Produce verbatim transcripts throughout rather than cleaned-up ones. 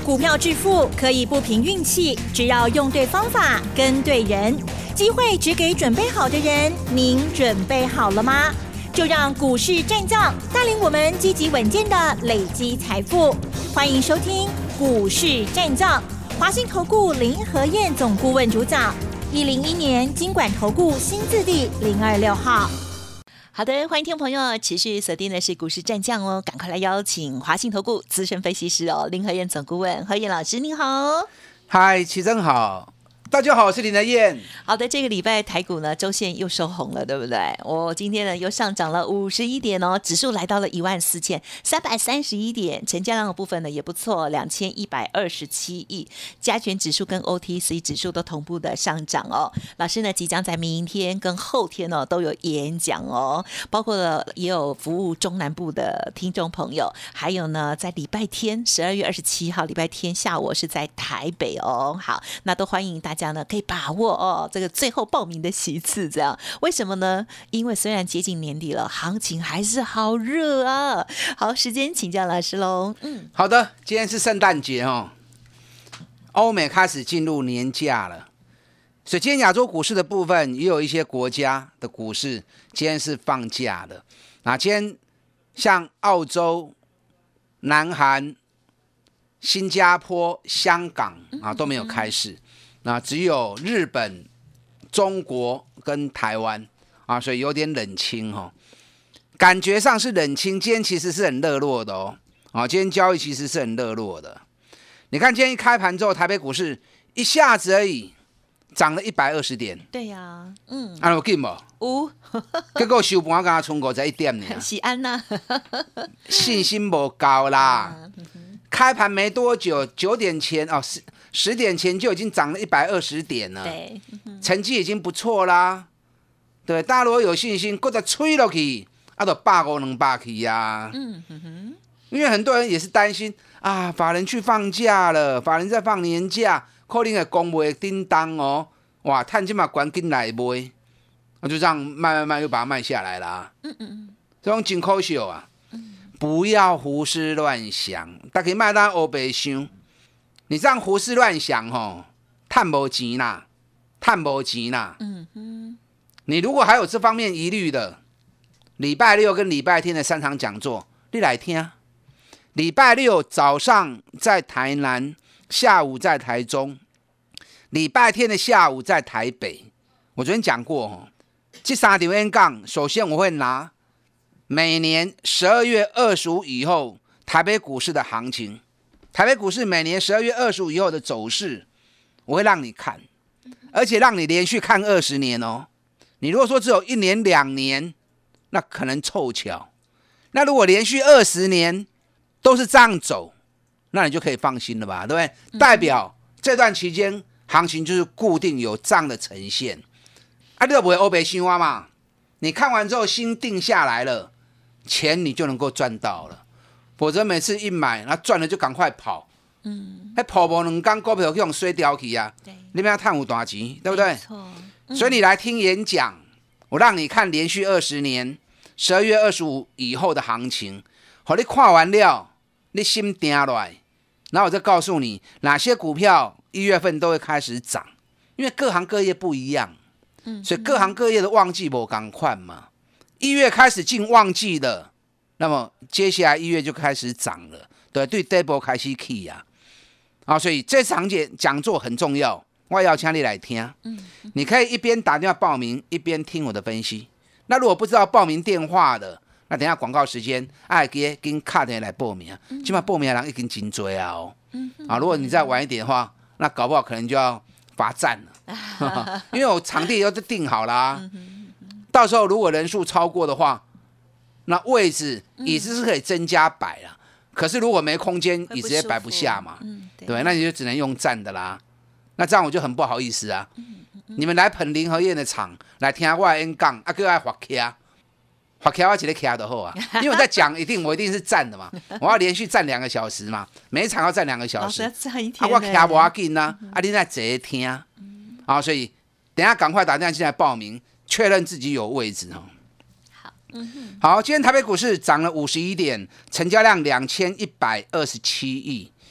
股票致富可以不凭运气，只要用对方法、跟对人。机会只给准备好的人，您准备好了吗？就让股市战将带领我们积极稳健的累积财富。欢迎收听股市战将，华信投顾林和彥总顾问主讲，一零一年金管投顾新字第零二六号。好的，欢迎听众朋友持续锁定的是股市战将哦，赶快来邀请华信投顾资深分析师哦，林和彥总顾问，和彥老师您好。 嗨，齐真好。大家好，我是林和彥。 好的，这个礼拜台股呢周线又收红了，对不对？我、哦、今天呢又上涨了五十一点哦，指数来到了一万四千三百三十一点，成交量的部分呢也不错，两千一百二十七亿，加权指数跟 O T C 指数都同步的上涨哦。老师呢即将在明天跟后天哦都有演讲哦，包括了也有服务中南部的听众朋友，还有呢在礼拜天十二月二十七号礼拜天下午是在台北哦。好，那都欢迎大家。可以把握哦，这个最后报名的席次，这样为什么呢？因为虽然接近年底了，行情还是好热啊。好，时间请教老师喽。 嗯，好的，今天是圣诞节哦，欧美开始进入年假了，所以今天亚洲股市的部分也有一些国家的股市今天是放假的。那今天像澳洲、南韩、新加坡、香港啊都没有开市。那只有日本、中国跟台湾啊，所以有点冷清哦，感觉上是冷清。今天其实是很热络的哦，啊，今天交易其实是很热络的。你看今天一开盘之后，台北股市一下子而已涨了一百二十点。 对呀、啊，嗯， 啊，有紧无？ 有。 结果收盘刚冲过才一点呢。 喜安呐， 信心不高啦。开盘没多久，九点前哦是。十点前就已经涨了一百二十点了， 对，嗯、 成绩已经不错啦。对，大家如果有信心，搁再吹落去，啊，就百五两百去呀。嗯哼哼，因为很多人也是担心啊，法人去放假了，法人在放年假，可能会公布叮当哦，哇，探金嘛赶紧来卖，我就这样卖卖卖，又把它卖下来啦。嗯嗯嗯，这种真可惜啊，嗯、不要胡思乱想，大家卖当黑白想。你这样胡思乱想吼，赚没钱啦，赚没钱啦。嗯哼，你如果还有这方面疑虑的，礼拜六跟礼拜天的三场讲座，你来听。礼拜六早上在台南，下午在台中，礼拜天的下午在台北。我昨天讲过吼，这三场演讲，首先我会拿每年十二月二十五以后台北股市的行情。台北股市每年十二月二十五以后的走势，我会让你看，而且让你连续看二十年哦。你如果说只有一年两年，那可能凑巧。那如果连续二十年都是这样走，那你就可以放心了吧，对不对？代表这段期间行情就是固定有这样的呈现。啊，你就不会黑白想嘛？你看完之后心定下来了，钱你就能够赚到了。否则每次一买，那赚了就赶快跑，嗯，那跑无两天股票去用水掉去啊，你们要赚有大钱，对不对？嗯、所以你来听演讲，我让你看连续二十年十二月二十五以后的行情，好，你看完了，你心定下来，然后我再告诉你哪些股票一月份都会开始涨，因为各行各业不一样，嗯，所以各行各业的旺季不赶快嘛，一月开始进旺季的。那么接下来一月就开始涨了，对对，第一波开始起呀，啊，所以这场讲座很重要，我要请你来听。嗯，你可以一边打电话报名，一边听我的分析。那如果不知道报名电话的，那等一下广告时间，哎，给跟卡的来报名，起码报名的人已经真多啊哦。嗯，啊，如果你再晚一点的话，那搞不好可能就要罚站了，因为我场地都定好了啊。到时候如果人数超过的话，那位置椅子是可以增加摆啦，嗯、可是如果没空间，椅子也摆不下嘛，嗯、对, 对，那你就只能用站的啦。那这样我就很不好意思啊。嗯嗯、你们来捧林和彥的场来听我的演讲，啊，叫我发卡，发卡我一个卡就好啊。因为我在讲，一定我一定是站的嘛，我要连续站两个小时嘛，每一场要站两个小时。 老师站一天、欸， 啊，我卡不要紧呐，啊，你在坐听，嗯、啊，所以等一下赶快打电话进来报名，确认自己有位置哦。嗯、好，今天台北股市涨了五十一点，成交量两千一百二十七亿，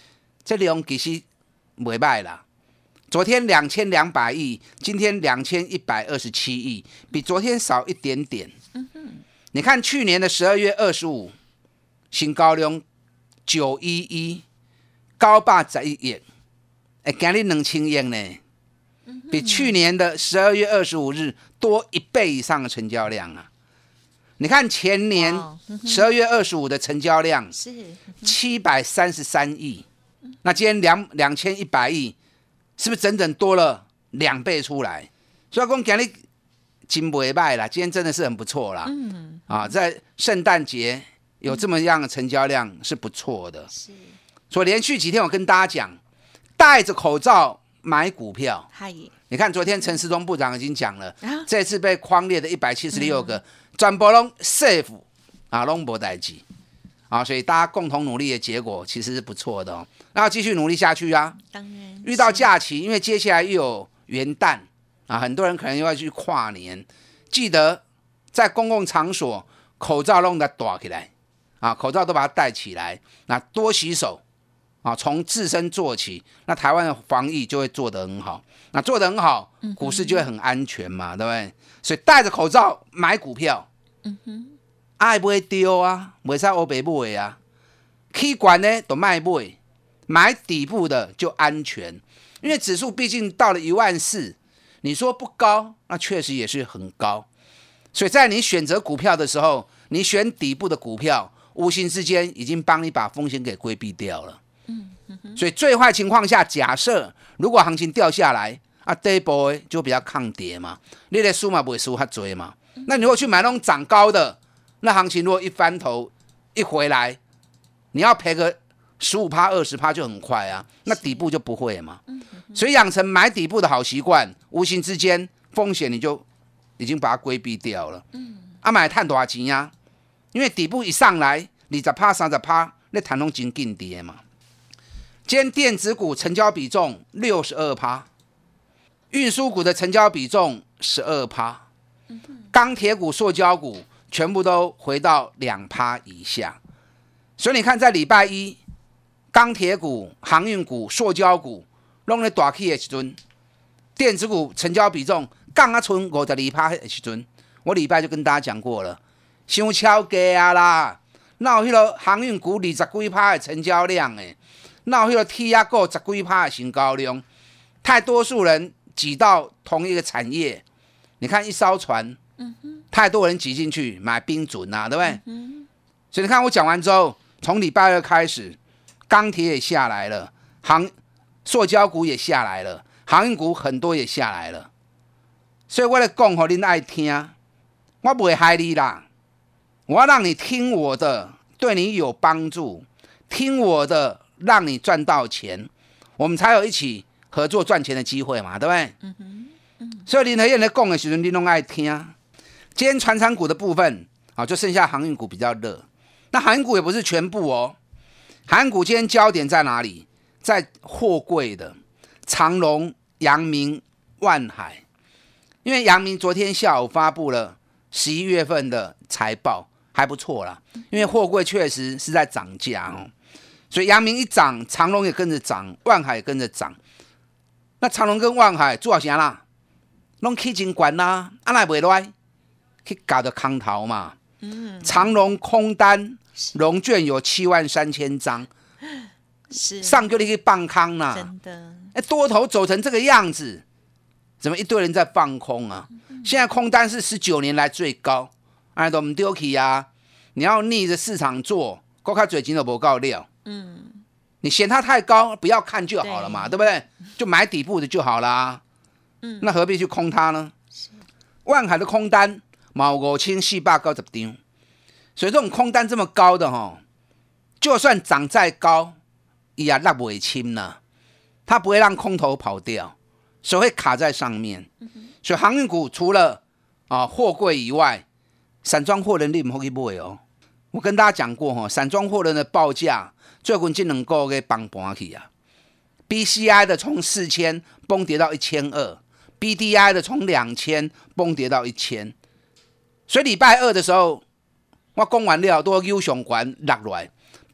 这量其实不歹啦。昨天两千两百亿，今天两千一百二十七亿，比昨天少一点点。嗯、你看去年的十二月二十五，新高量九一一，九百十一亿，哎，今日两千亿呢，比去年的十二月二十五日多一倍以上的成交量啊！你看前年十二月二十五的成交量是七百三十三亿，那今天两两千一百亿。是不是整整多了两倍出来？所以说今天真不错啦，今天真的是很不错啦。嗯，啊，在圣诞节有这么样的成交量是不错的。是，所以连续几天我跟大家讲，戴着口罩买股票。你看昨天陈时中部长已经讲了，啊、这次被匡列的一百七十六个，全部都 safe 啊，都没事情。啊，所以大家共同努力的结果其实是不错的哦。那要继续努力下去啊！当然，遇到假期，因为接下来又有元旦啊，很多人可能又要去跨年，记得在公共场所口罩弄得戴起来啊，口罩都把它戴起来，那多洗手啊，从自身做起，那台湾的防疫就会做得很好。那做得很好，股市就会很安全嘛，对不对？所以戴着口罩买股票，嗯哼。爱不会丢啊，袂使黑白买啊。起管呢都卖买，买底部的就安全，因为指数毕竟到了一万四，你说不高，那确实也是很高。所以在你选择股票的时候，你选底部的股票，无形之间已经帮你把风险给规避掉了。嗯嗯、所以最坏情况下，假设如果行情掉下来啊，第一波就比较抗跌嘛，你的输嘛不会输太多嘛。那你如果去买那种涨高的，那行情如果一翻头一回来，你要赔个十五趴、二十趴就很快啊，那底部就不会嘛。所以养成买底部的好习惯，无形之间风险你就已经把它规避掉了。啊，买赚多少钱呀？因为底部一上来，二十趴、三十趴，那谈拢真紧跌嘛。今天电子股成交比重六十二趴，运输股的成交比重十二趴，钢铁股、塑胶股。全部都回到两趴以下，所以你看，在礼拜一，钢铁股、航运股、塑胶股弄在大起的时阵，电子股成交比重降啊，剩五十二趴的时阵，我礼拜就跟大家讲过了，伤超低啊啦，哪有迄个航运股二十几趴的成交量诶，哪有迄个铁亚股十几趴的成交量，太多数人挤到同一个产业，你看一艘船。嗯太多人挤进去买冰准啊，对不对？嗯、所以你看我讲完之后，从礼拜二开始，钢铁也下来了，航塑胶股也下来了，航运股很多也下来了。所以我来讲，给你爱听，我不会害你啦，我要让你听我的，对你有帮助，听我的，让你赚到钱，我们才有一起合作赚钱的机会嘛，对不对？嗯嗯、所以林和燕在讲的时候，你都爱听。今天传产股的部分啊，就剩下航运股比较热。那航运股也不是全部哦，航运股今天焦点在哪里？在货柜的长荣、阳明、万海。因为阳明昨天下午发布了十一月份的财报，还不错啦。因为货柜确实是在涨价哦，所以阳明一涨，长荣也跟着涨，万海也跟着涨。那长荣跟万海做啥啦？拢起真悬啦，啊哪袂赖？去搞的空头嘛，嗯、长荣空单融券有七万三千张，是上个月去放空啦，真的，哎，多头走成这个样子，怎么一堆人在放空啊？嗯、现在空单是十九年来最高，哎，都唔丢弃啊！你要逆着市场做，够看嘴钱都不够料，嗯，你嫌它太高，不要看就好了嘛， 对, 对不对？就买底部的就好啦，嗯，那何必去空它呢？万海的空单。毛五千四百九十张，所以这种空单这么高的哈，就算涨再高，也拉不清了，它不会让空头跑掉，所以会卡在上面。嗯、所以航运股除了啊货柜以外，散装货轮你不可以买哦。我跟大家讲过哈，散装货轮的报价最近这两个月崩盘去啊 ，B C I 的从四千崩跌到一千二 ，B D I 的从两千崩跌到一千。所以礼拜二的时候，我讲完了都有上悬落来，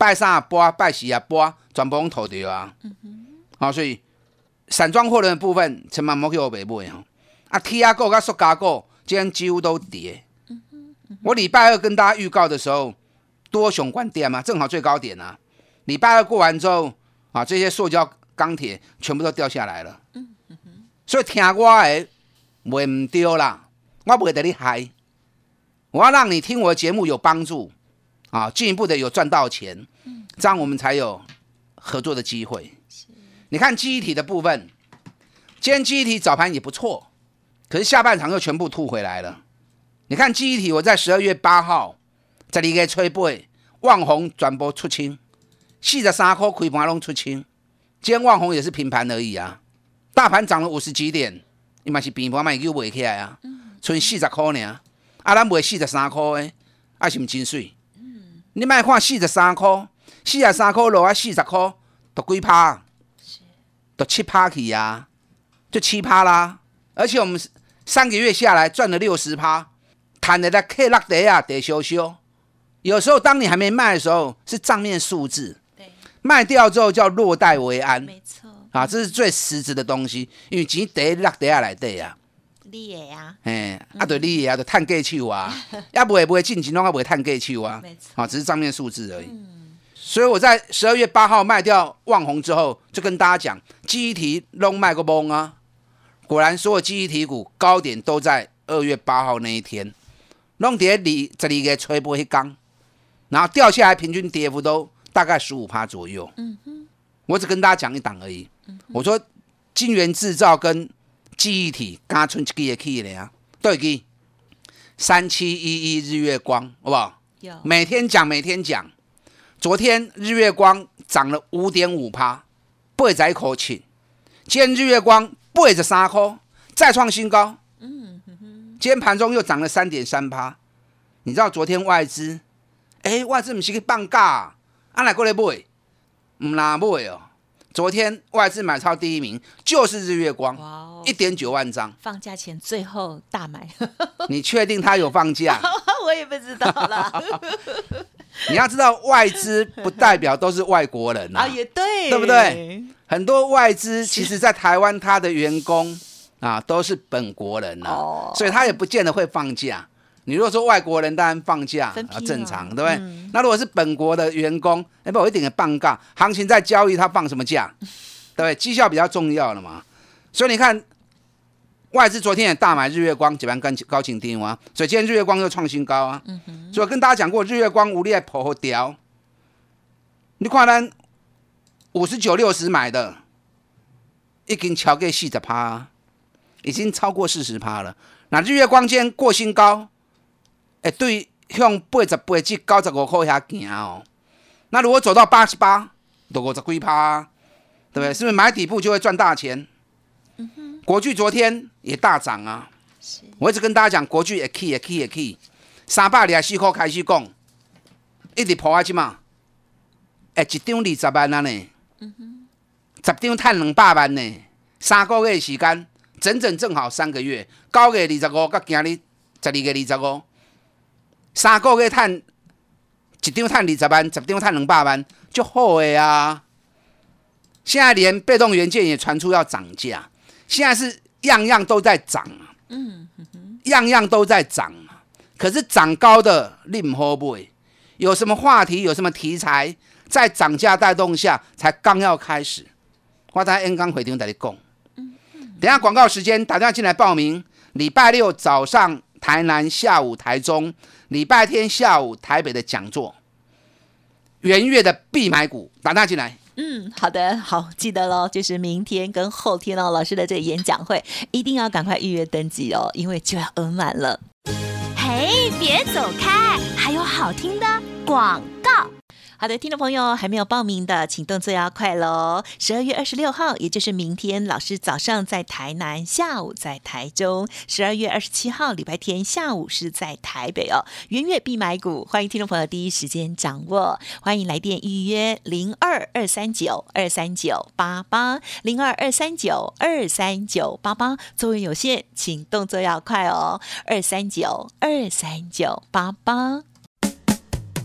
拜三啊播，拜四啊播，全部拢吐掉啊。嗯哼。好，所以散装货轮的部分，千万莫去我北买哦。啊，铁啊股跟塑胶股，今天几乎都跌。嗯哼嗯、我礼拜二跟大家预告的时候，多雄关店嘛，正好最高点啊。礼拜二过完之后，啊，这些塑胶、钢铁全部都掉下来了。嗯嗯、所以听我的，袂唔对啦，我不会给你害。我要让你听我的节目有帮助啊，进一步的有赚到钱，这样我们才有合作的机会。你看记忆体的部分，今天记忆体早盘也不错。可是下半场又全部吐回来了。你看记忆体，我在十二月八号十二月初八，旺宏全部出清，四十三块开盘拢出清。今天旺宏也是平盘而已啊，大盘涨了五十几点，伊嘛是平盘嘛，又卖起来啊，剩四十块呢。啊，咱卖四十三块的，啊是毋真水？你莫看四十三块，四十三块落啊四十块，都几趴？都七趴去啊，就七趴啦。而且我们三个月下来赚了六十趴，赚的在 K 落地啊，得修修。有时候当你还没卖的时候，是账面数字，卖掉之后叫落袋为安， 没错啊，这是最实质的东西，因为钱得落地下来底啊。 你的啊， 哎，啊对，你的啊，就趁价手啊，要不会不会进钱，拢要不会趁价手啊，啊，只是账面数字而已。嗯、所以我在十二月八号卖掉旺宏之后，就跟大家讲，记忆体拢卖个懵啊。果然，所有记忆体股高点都在二月八号那一天，拢在十二月初八那天，然后掉下来，平均跌幅都大概十五趴左右。嗯哼，我只跟大家讲一档而已。嗯、我说晶圆制造跟记忆体刚剩一支的起咧啊，对记三七一一日月光，好不好？有每天讲，每天讲。昨天日月光涨了五点五趴，八十一块七。今天日月光八十三块，再创新高。嗯哼哼，今天盘中又涨了 三点三趴。你知道昨天外资，哎，外资不是去放假啊？啊来过来买，不拿买哦。昨天外资买超第一名就是日月光，一点九万张。 放假前最后大买。 你确定他有放假？ 我也不知道啦。 你要知道，外资不代表都是外国人啊， 啊也对， 对不对？很多外资其实在台湾，他的员工啊都是本国人啊，哦、所以他也不见得会放假。你如果说外国人当然放假啊，正常，对不对？嗯、那如果是本国的员工，哎，不，我一定也放假。行情在交易，他放什么假？对不对？绩效比较重要了嘛。所以你看，外资昨天也大买日月光，这边跟高景低啊，所以今天日月光又创新高啊。嗯、所以我跟大家讲过，日月光无力来破掉。你看咱五十九六十买的，已经超过四十趴，已经超过四十趴了。那日月光今天过新高。哎，对，向八十八至九十五块遐行哦。那如果走到八十八，都五十几趴，对不对？是不是买底部就会赚大钱？嗯哼。国巨昨天也大涨啊。我一直跟大家讲，国巨会起，会起，会起。三百二十四块开始讲，一直破啊去嘛。哎，一张二十万啊呢。嗯哼。十张赚两百万呢，三个月的时间，整整正好三个月。九月二十五，到今日十二月二十五。三个月赚一张赚二十万，十张赚两百万，就好的啊！现在连被动元件也传出要涨价，现在是样样都在涨，嗯，样样都在涨。可是涨高的你不好买，有什么话题，有什么题材，在涨价带动下，才刚要开始。我在演讲会场跟你讲，等一下广告时间打电话进来报名，礼拜六早上台南，下午台中。礼拜天下午台北的讲座，元月的必买股，打电话进来。 嗯，好的，好，记得咯，就是明天跟后天哦，老师的这个演讲会一定要赶快预约登记哦，因为就要额满了。 嘿，别走开，还有好听的广告。 好的，听众朋友还没有报名的，请动作要快喽！十二月二十六号，也就是明天，老师早上在台南，下午在台中；十二月二十七号，礼拜天下午是在台北哦。元月必买股，欢迎听众朋友第一时间掌握，欢迎来电预约零二二三九二三九八八零二二三九二三九八八，座位有限，请动作要快哦，二三九二三九八八。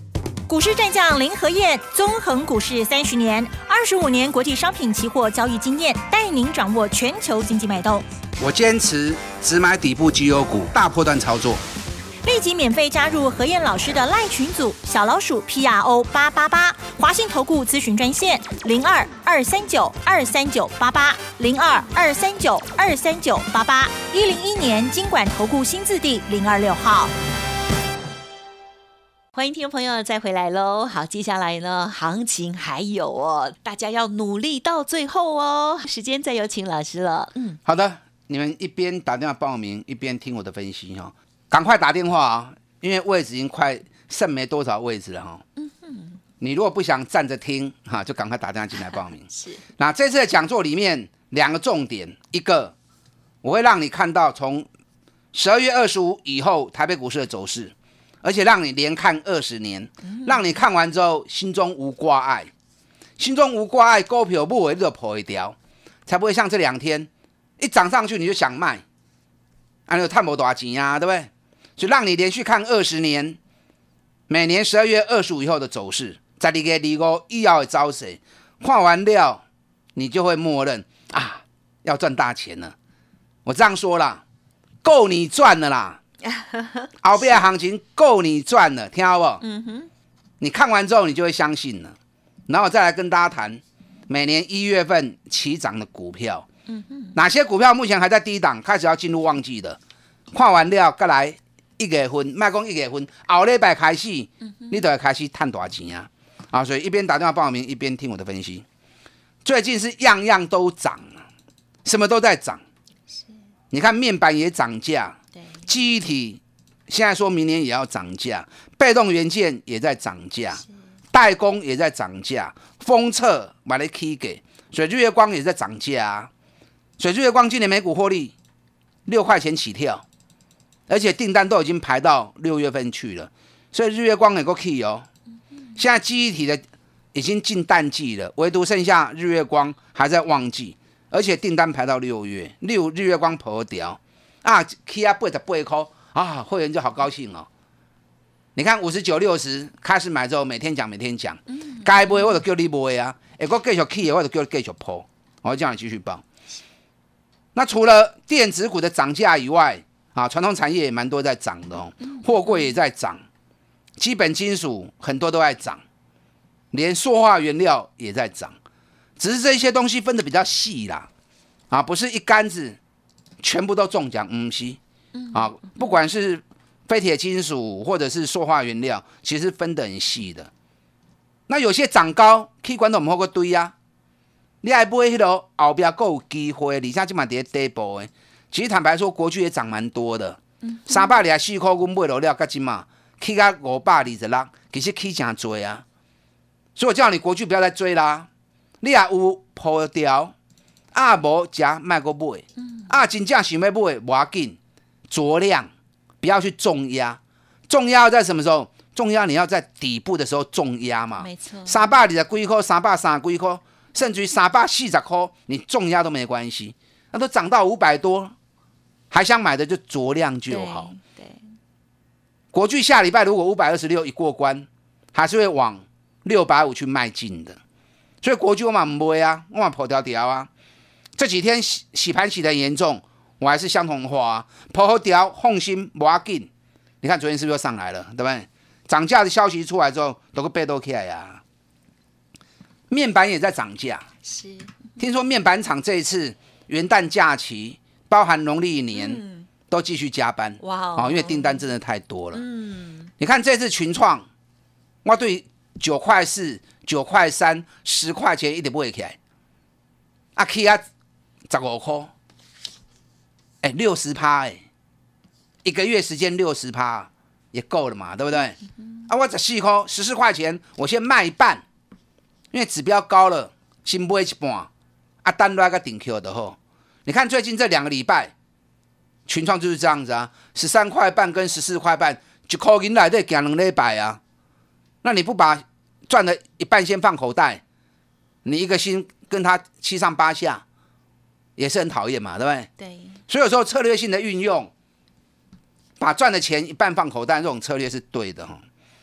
股市战将林和燕，纵横股市三十年，二十五年国际商品期货交易经验，带您掌握全球经济脉动。 我坚持只买底部绩优股，大波段操作。 立即免费加入和燕老师的赖群组，小老鼠 P R O 八八八，华信投顾咨询专线零二二三九二三九八八零二二三九二三九八八，一零一年金管投顾新字第零二六号。 欢迎听众朋友再回来喽！好，接下来呢，行情还有哦，大家要努力到最后哦。时间再有请老师了。嗯， 好的，你们一边打电话报名，一边听我的分析哦。赶快打电话啊，因为位置已经快剩没多少位置了哈。嗯哼，你如果不想站着听哈，就赶快打电话进来报名。 是。那这次的讲座里面两个重点，一个我会让你看到从十二月二十五以后台北股市的走势。而且让你连看二十年，让你看完之后心中无挂碍，心中无挂碍，股票不会就破一条，才不会像这两天一涨上去你就想卖，啊，就赚不多少钱啊，对不对？所以让你连续看二十年，每年十二月二十五以后的走势，在你个离五以后的走势，看完了你就会默认啊，要赚大钱了。我这样说啦，够你赚了啦。后面的行情够你赚了，听到不？嗯哼，你看完之后你就会相信了，然后我再来跟大家谈每年一月份起涨的股票，嗯哼，哪些股票目前还在低档，开始要进入旺季的，看完了再来一月份，莫讲一月份，后礼拜开始，嗯、你就会开始赚大钱啊！啊，所以一边打电话报名，一边听我的分析。最近是样样都涨，什么都在涨，你看面板也涨价。记忆体现在说明年也要涨价，被动元件也在涨价，代工也在涨价，封测买了 K 给，水日月光也在涨价啊。水日月光今年每股获利六块钱起跳，而且订单都已经排到六月份去了，所以日月光也够 key 哦。现在记忆体的已经进淡季了，唯独剩下日月光还在旺季，而且订单排到六月，六日月光破掉。啊，起啊八十八块啊，会员就好高兴哦。你看五十九、六十开始买之后，每天讲，每天讲，该买我就叫你买啊，如果继续起的我就叫你继续抛，我会叫你继续报。那除了电子股的涨价以外，啊，传统产业也蛮多在涨的哦，货柜也在涨，基本金属很多都在涨，连塑化原料也在涨，只是这些东西分得比较细啦，啊，不是一竿子。全部都中奖，不是啊，不管是非铁金属或者是塑化原料，其实分得很细的。那有些涨高，去管都唔好个堆啊。你还买迄个后边够有机会，而且今嘛在底部的。其实坦白说，国巨也涨蛮多的，三百二十四块我买落了，到今嘛去到五百二十六，其实去真多啊。所以我叫你国巨不要再追啦，你也有破掉，啊无食卖个买。啊，真正想要买，不要紧，酌量，不要去重压。重压要在什么时候？重压你要在底部的时候重压嘛。 没错。 三百二十几块，三百三十几块，甚至于三百四十块，你重压都没关系。那都涨到五百多，还想买的就酌量就好。对。对国巨下礼拜如果五百二十六一过关，还是会往六百五去迈进的。所以国巨我嘛唔买啊，我嘛破条条啊。这几天 洗, 洗盘洗得很严重，我还是相同的话、啊，破好掉，放心，不要紧。你看昨天是不是又上来了，对不对？涨价的消息出来之后，都个背都起来呀。面板也在涨价， 是。 听说面板厂这一次元旦假期，包含农历年、嗯，都继续加班。哇哦！因为订单真的太多了。嗯。你看这次群创，我对九块四、九块三、十块钱一直不会起来，啊起啊！十五块，哎，六十趴，哎，一个月时间六十趴也够了嘛，对不对？嗯、啊，我十四块，十四块钱，我先卖一半，因为指标高了，先买一半，啊，单来个顶 Q 的吼。你看最近这两个礼拜，群创就是这样子啊，十三块半跟十四块半，一块银来得行两礼拜啊。那你不把赚的一半先放口袋，你一个心跟他七上八下。也是很讨厌嘛，对不对？ 对。 所以有时候策略性的运用，把赚的钱一半放口袋，这种策略是对的哈。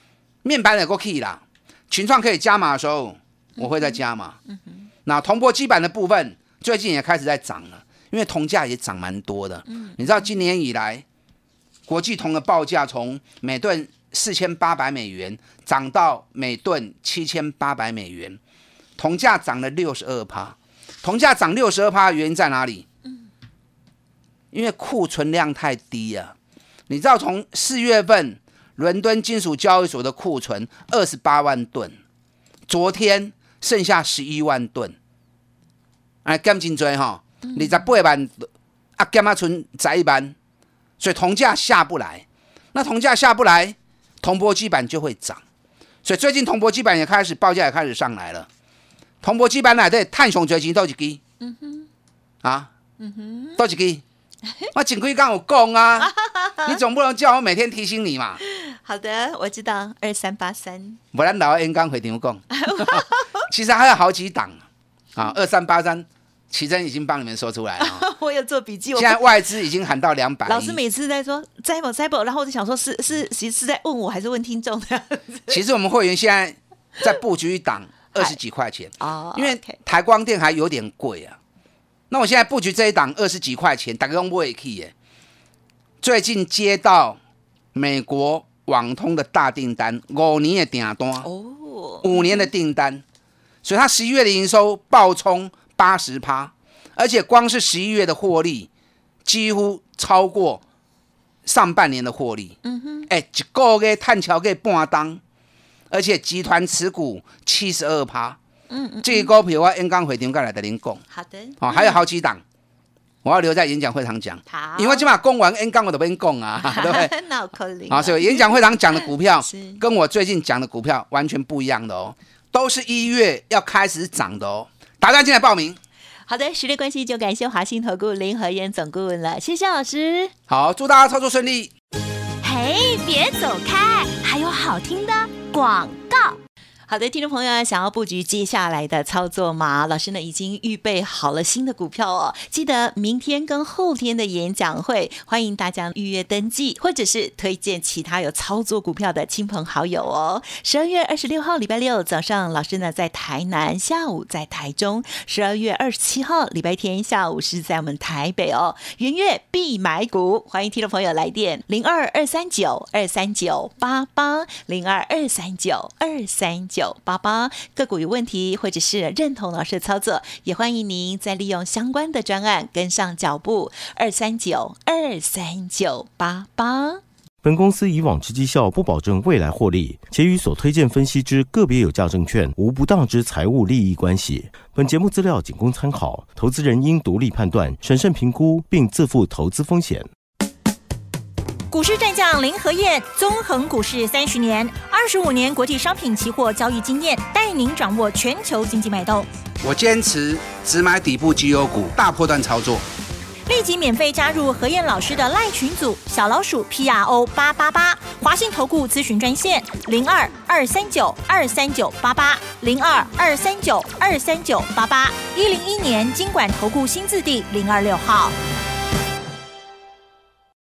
面板也够 key 啦，群创可以加码的时候，我会再加码。嗯、那铜箔基板的部分最近也开始在涨了，因为铜价也涨蛮多的。嗯、你知道今年以来，国际铜的报价从每吨四千八百美元涨到每吨七千八百美元，铜价涨了六十二趴。铜价涨六十二趴的原因在哪里？嗯、因为库存量太低啊。你知道从四月份伦敦金属交易所的库存二十八万吨，昨天剩下十一万吨，哎，减真多哈，二十八万啊，减啊存十一万，所以铜价下不来。那铜价下不来，铜箔基板就会涨，所以最近铜箔基板也开始报价也开始上来了。铜箔基板内底碳上最钱多一支？嗯哼，啊，嗯哼，多一支？我前几天有讲啊，你总不能叫我每天提醒你嘛。 好的，我知道二三八三。 不然老演讲会怎么讲？其实还有好几档啊，二三八三，奇珍已经帮你们说出来了。 我有做笔记。 现在外资已经喊到两百。 老师每次在说摘宝摘宝，然后我就想说是是是是在问我还是问听众的？ 其实我们会员现在在布局一档二十几块钱，因为台光电还有点贵啊。那我现在布局这一档二十几块钱，大家都不去耶。最近接到美国网通的大订单，五年的订单，哦，五年的订单，所以它十一月的营收暴冲八十趴，而且光是十一月的获利几乎超过上半年的获利。嗯哼，哎，一个月探超过半档，而且集团持股七十二趴。嗯嗯，这个股票我演讲会场再来跟您讲。 好的， 哦，还有好几档，我要留在演讲会场讲。好，因为今晚讲完演讲我就不用讲啊，对不对？ 那有可能。 啊，所以演讲会场讲的股票跟我最近讲的股票完全不一样的哦，都是一月要开始涨的哦。大家进来报名。 好的，时间关系就感谢华信投顾林和嫣总顾问了，谢谢老师。 好，祝大家操作顺利。 嘿，别走开，还有好听的广告。 好的，听众朋友，想要布局接下来的操作吗？老师呢已经预备好了新的股票哦，记得明天跟后天的演讲会，欢迎大家预约登记，或者是推荐其他有操作股票的亲朋好友哦。十二月二十六号礼拜六早上，老师呢在台南，下午在台中。十二月二十七号礼拜天下午是在我们台北哦。元月必买股，欢迎听众朋友来电零二二三九二三九八八零二二三九二三九。八八个股有问题，或者是认同老师的操作，也欢迎您再利用相关的专案跟上脚步。二三九二三九八八。 本公司以往之绩效不保证未来获利，且与所推荐分析之个别有价证券无不当之财务利益关系。本节目资料仅供参考，投资人应独立判断、审慎评估，并自负投资风险。 股市战将林和彥，纵横股市三十年，二十五年国际商品期货交易经验，带您掌握全球经济脉动。 我坚持只买底部绩优股，大波段操作。 立即免费加入和彥老师的赖群组，小老鼠 P R O 八八八，华信投顾咨询专线零二二三九二三九八八零二二三九二三九八八，一零一年金管投顾新字第零二六号。